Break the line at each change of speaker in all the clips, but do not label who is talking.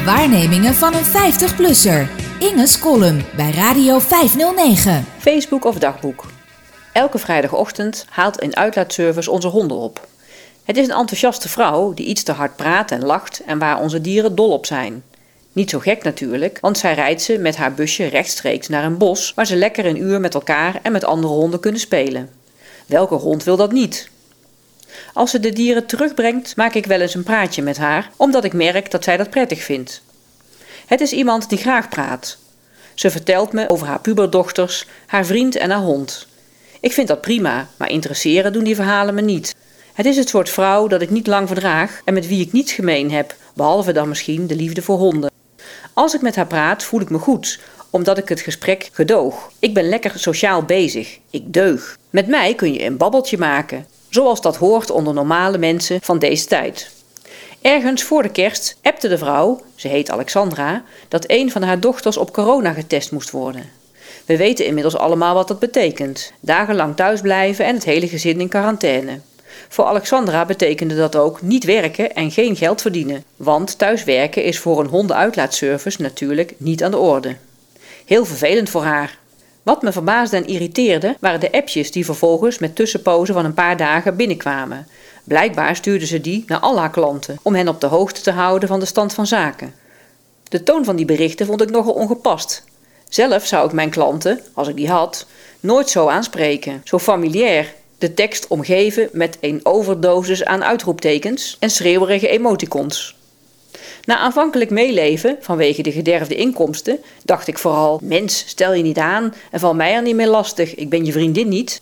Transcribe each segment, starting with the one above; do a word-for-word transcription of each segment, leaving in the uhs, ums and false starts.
Waarnemingen van een vijftig-plusser. Inge's column bij Radio vijfhonderdnegen.
Facebook of dagboek. Elke vrijdagochtend haalt een uitlaatservice onze honden op. Het is een enthousiaste vrouw die iets te hard praat en lacht en waar onze dieren dol op zijn. Niet zo gek natuurlijk, want zij rijdt ze met haar busje rechtstreeks naar een bos waar ze lekker een uur met elkaar en met andere honden kunnen spelen. Welke hond wil dat niet? Als ze de dieren terugbrengt, maak ik wel eens een praatje met haar, omdat ik merk dat zij dat prettig vindt. Het is iemand die graag praat. Ze vertelt me over haar puberdochters, haar vriend en haar hond. Ik vind dat prima, maar interesseren doen die verhalen me niet. Het is het soort vrouw dat ik niet lang verdraag en met wie ik niets gemeen heb, behalve dan misschien de liefde voor honden. Als ik met haar praat, voel ik me goed, omdat ik het gesprek gedoog. Ik ben lekker sociaal bezig. Ik deug. Met mij kun je een babbeltje maken, zoals dat hoort onder normale mensen van deze tijd. Ergens voor de kerst appte de vrouw, ze heet Alexandra, dat een van haar dochters op corona getest moest worden. We weten inmiddels allemaal wat dat betekent. Dagenlang thuisblijven en het hele gezin in quarantaine. Voor Alexandra betekende dat ook niet werken en geen geld verdienen. Want thuiswerken is voor een hondenuitlaatservice natuurlijk niet aan de orde. Heel vervelend voor haar. Wat me verbaasde en irriteerde waren de appjes die vervolgens met tussenpozen van een paar dagen binnenkwamen. Blijkbaar stuurde ze die naar al haar klanten om hen op de hoogte te houden van de stand van zaken. De toon van die berichten vond ik nogal ongepast. Zelf zou ik mijn klanten, als ik die had, nooit zo aanspreken. Zo familiair. De tekst omgeven met een overdosis aan uitroeptekens en schreeuwerige emoticons. Na aanvankelijk meeleven, vanwege de gederfde inkomsten, dacht ik vooral: mens, stel je niet aan en val mij er niet meer lastig, ik ben je vriendin niet.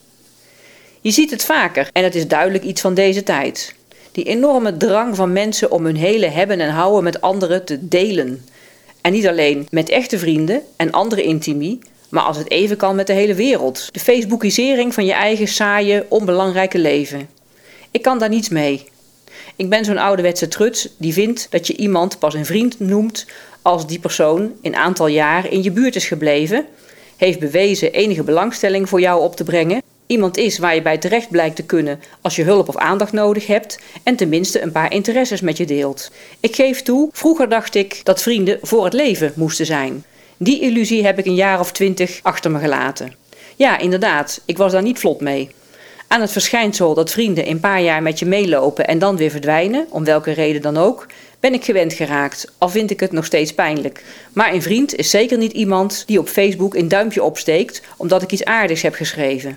Je ziet het vaker en het is duidelijk iets van deze tijd. Die enorme drang van mensen om hun hele hebben en houden met anderen te delen. En niet alleen met echte vrienden en andere intimie, maar als het even kan met de hele wereld. De Facebookisering van je eigen saaie, onbelangrijke leven. Ik kan daar niets mee. Ik ben zo'n ouderwetse truts die vindt dat je iemand pas een vriend noemt als die persoon een aantal jaar in je buurt is gebleven, heeft bewezen enige belangstelling voor jou op te brengen, iemand is waar je bij terecht blijkt te kunnen als je hulp of aandacht nodig hebt en tenminste een paar interesses met je deelt. Ik geef toe, vroeger dacht ik dat vrienden voor het leven moesten zijn. Die illusie heb ik een jaar of twintig achter me gelaten. Ja, inderdaad, ik was daar niet vlot mee. Aan het verschijnsel dat vrienden een paar jaar met je meelopen en dan weer verdwijnen, om welke reden dan ook, ben ik gewend geraakt, al vind ik het nog steeds pijnlijk. Maar een vriend is zeker niet iemand die op Facebook een duimpje opsteekt omdat ik iets aardigs heb geschreven.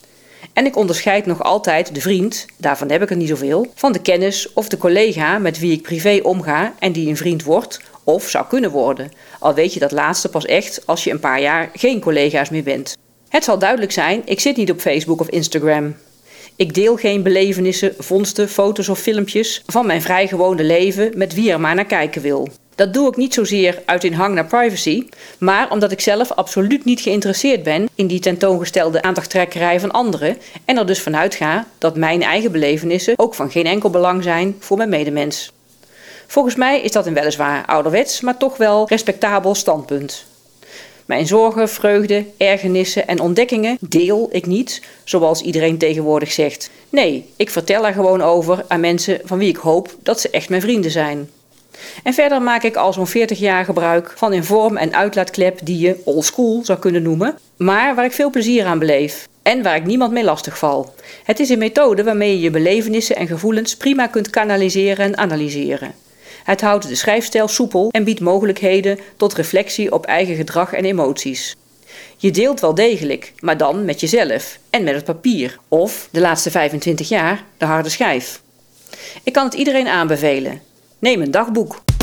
En ik onderscheid nog altijd de vriend, daarvan heb ik er niet zoveel, van de kennis of de collega met wie ik privé omga en die een vriend wordt of zou kunnen worden. Al weet je dat laatste pas echt als je een paar jaar geen collega's meer bent. Het zal duidelijk zijn, ik zit niet op Facebook of Instagram. Ik deel geen belevenissen, vondsten, foto's of filmpjes van mijn vrij gewone leven met wie er maar naar kijken wil. Dat doe ik niet zozeer uit een hang naar privacy, maar omdat ik zelf absoluut niet geïnteresseerd ben in die tentoongestelde aandachttrekkerij van anderen en er dus vanuit ga dat mijn eigen belevenissen ook van geen enkel belang zijn voor mijn medemens. Volgens mij is dat een weliswaar ouderwets, maar toch wel respectabel standpunt. Mijn zorgen, vreugde, ergernissen en ontdekkingen deel ik niet, zoals iedereen tegenwoordig zegt. Nee, ik vertel er gewoon over aan mensen van wie ik hoop dat ze echt mijn vrienden zijn. En verder maak ik al zo'n veertig jaar gebruik van een vorm en uitlaatklep die je old school zou kunnen noemen, maar waar ik veel plezier aan beleef en waar ik niemand mee lastig val. Het is een methode waarmee je je belevenissen en gevoelens prima kunt kanaliseren en analyseren. Het houdt de schrijfstijl soepel en biedt mogelijkheden tot reflectie op eigen gedrag en emoties. Je deelt wel degelijk, maar dan met jezelf en met het papier. Of, de laatste vijfentwintig jaar, de harde schijf. Ik kan het iedereen aanbevelen. Neem een dagboek.